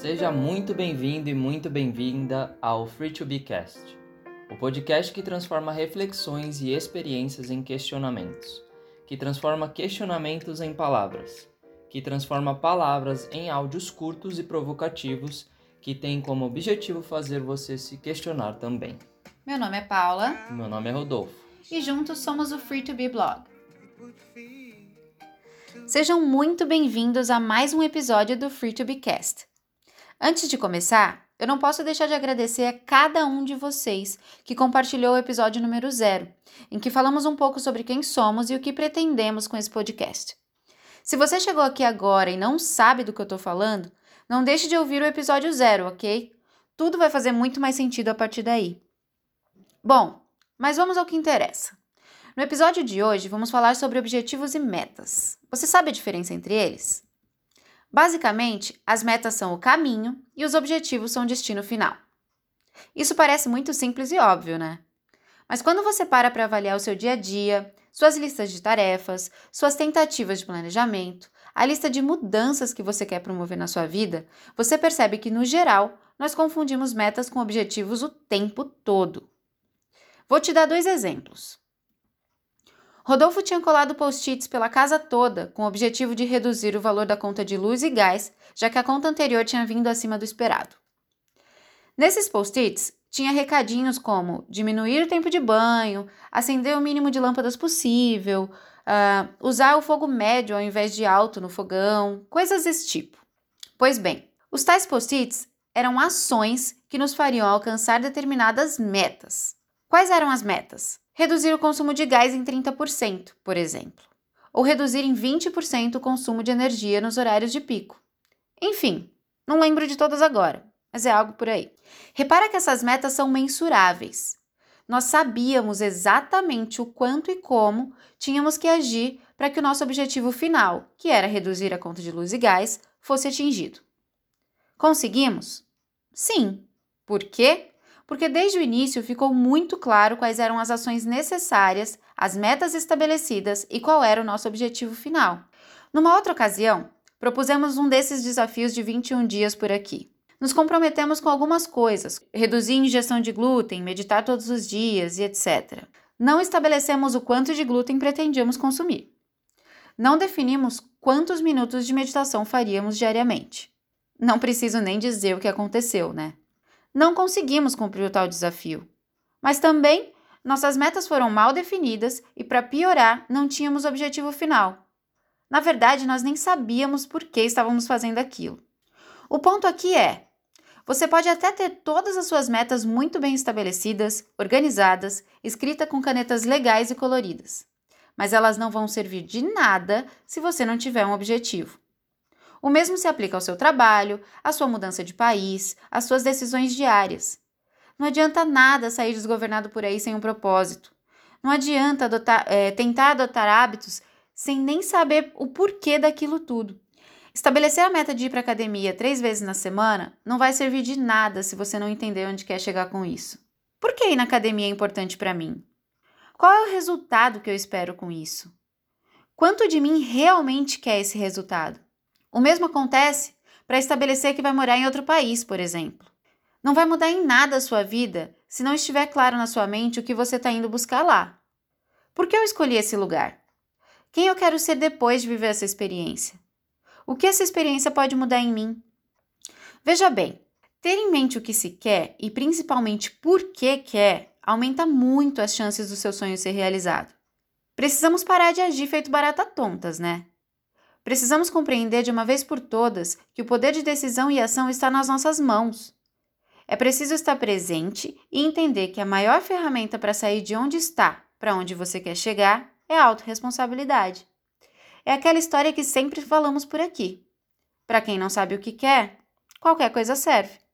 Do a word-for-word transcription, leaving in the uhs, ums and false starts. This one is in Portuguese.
Seja muito bem-vindo e muito bem-vinda ao Free to Be Cast, o podcast que transforma reflexões e experiências em questionamentos, que transforma questionamentos em palavras, que transforma palavras em áudios curtos e provocativos que têm como objetivo fazer você se questionar também. Meu nome é Paula. Meu nome é Rodolfo. E juntos somos o Free to Be Blog. Sejam muito bem-vindos a mais um episódio do Free to Be Cast. Antes de começar, eu não posso deixar de agradecer a cada um de vocês que compartilhou o episódio número zero, em que falamos um pouco sobre quem somos e o que pretendemos com esse podcast. Se você chegou aqui agora e não sabe do que eu estou falando, não deixe de ouvir o episódio zero, ok? Tudo vai fazer muito mais sentido a partir daí. Bom, mas vamos ao que interessa. No episódio de hoje, vamos falar sobre objetivos e metas. Você sabe a diferença entre eles? Basicamente, as metas são o caminho e os objetivos são o destino final. Isso parece muito simples e óbvio, né? Mas quando você para para avaliar o seu dia a dia, suas listas de tarefas, suas tentativas de planejamento, a lista de mudanças que você quer promover na sua vida, você percebe que, no geral, nós confundimos metas com objetivos o tempo todo. Vou te dar dois exemplos. Rodolfo tinha colado post-its pela casa toda com o objetivo de reduzir o valor da conta de luz e gás, já que a conta anterior tinha vindo acima do esperado. Nesses post-its, tinha recadinhos como diminuir o tempo de banho, acender o mínimo de lâmpadas possível, uh, usar o fogo médio ao invés de alto no fogão, coisas desse tipo. Pois bem, os tais post-its eram ações que nos fariam alcançar determinadas metas. Quais eram as metas? Reduzir o consumo de gás em trinta por cento, por exemplo. Ou reduzir em vinte por cento o consumo de energia nos horários de pico. Enfim, não lembro de todas agora, mas é algo por aí. Repara que essas metas são mensuráveis. Nós sabíamos exatamente o quanto e como tínhamos que agir para que o nosso objetivo final, que era reduzir a conta de luz e gás, fosse atingido. Conseguimos? Sim. Por quê? Porque desde o início ficou muito claro quais eram as ações necessárias, as metas estabelecidas e qual era o nosso objetivo final. Numa outra ocasião, propusemos um desses desafios de vinte e um dias por aqui. Nos comprometemos com algumas coisas, reduzir a ingestão de glúten, meditar todos os dias e etcétera. Não estabelecemos o quanto de glúten pretendíamos consumir. Não definimos quantos minutos de meditação faríamos diariamente. Não preciso nem dizer o que aconteceu, né? Não conseguimos cumprir o tal desafio. Mas também, nossas metas foram mal definidas e, para piorar, não tínhamos objetivo final. Na verdade, nós nem sabíamos por que estávamos fazendo aquilo. O ponto aqui é, você pode até ter todas as suas metas muito bem estabelecidas, organizadas, escritas com canetas legais e coloridas. Mas elas não vão servir de nada se você não tiver um objetivo. O mesmo se aplica ao seu trabalho, à sua mudança de país, às suas decisões diárias. Não adianta nada sair desgovernado por aí sem um propósito. Não adianta adotar, é, tentar adotar hábitos sem nem saber o porquê daquilo tudo. Estabelecer a meta de ir para a academia três vezes na semana não vai servir de nada se você não entender onde quer chegar com isso. Por que ir na academia é importante para mim? Qual é o resultado que eu espero com isso? Quanto de mim realmente quer esse resultado? O mesmo acontece para estabelecer que vai morar em outro país, por exemplo. Não vai mudar em nada a sua vida se não estiver claro na sua mente o que você está indo buscar lá. Por que eu escolhi esse lugar? Quem eu quero ser depois de viver essa experiência? O que essa experiência pode mudar em mim? Veja bem, ter em mente o que se quer e principalmente por que quer aumenta muito as chances do seu sonho ser realizado. Precisamos parar de agir feito barata tontas, né? Precisamos compreender de uma vez por todas que o poder de decisão e ação está nas nossas mãos. É preciso estar presente e entender que a maior ferramenta para sair de onde está para onde você quer chegar é a autorresponsabilidade. É aquela história que sempre falamos por aqui. Para quem não sabe o que quer, qualquer coisa serve.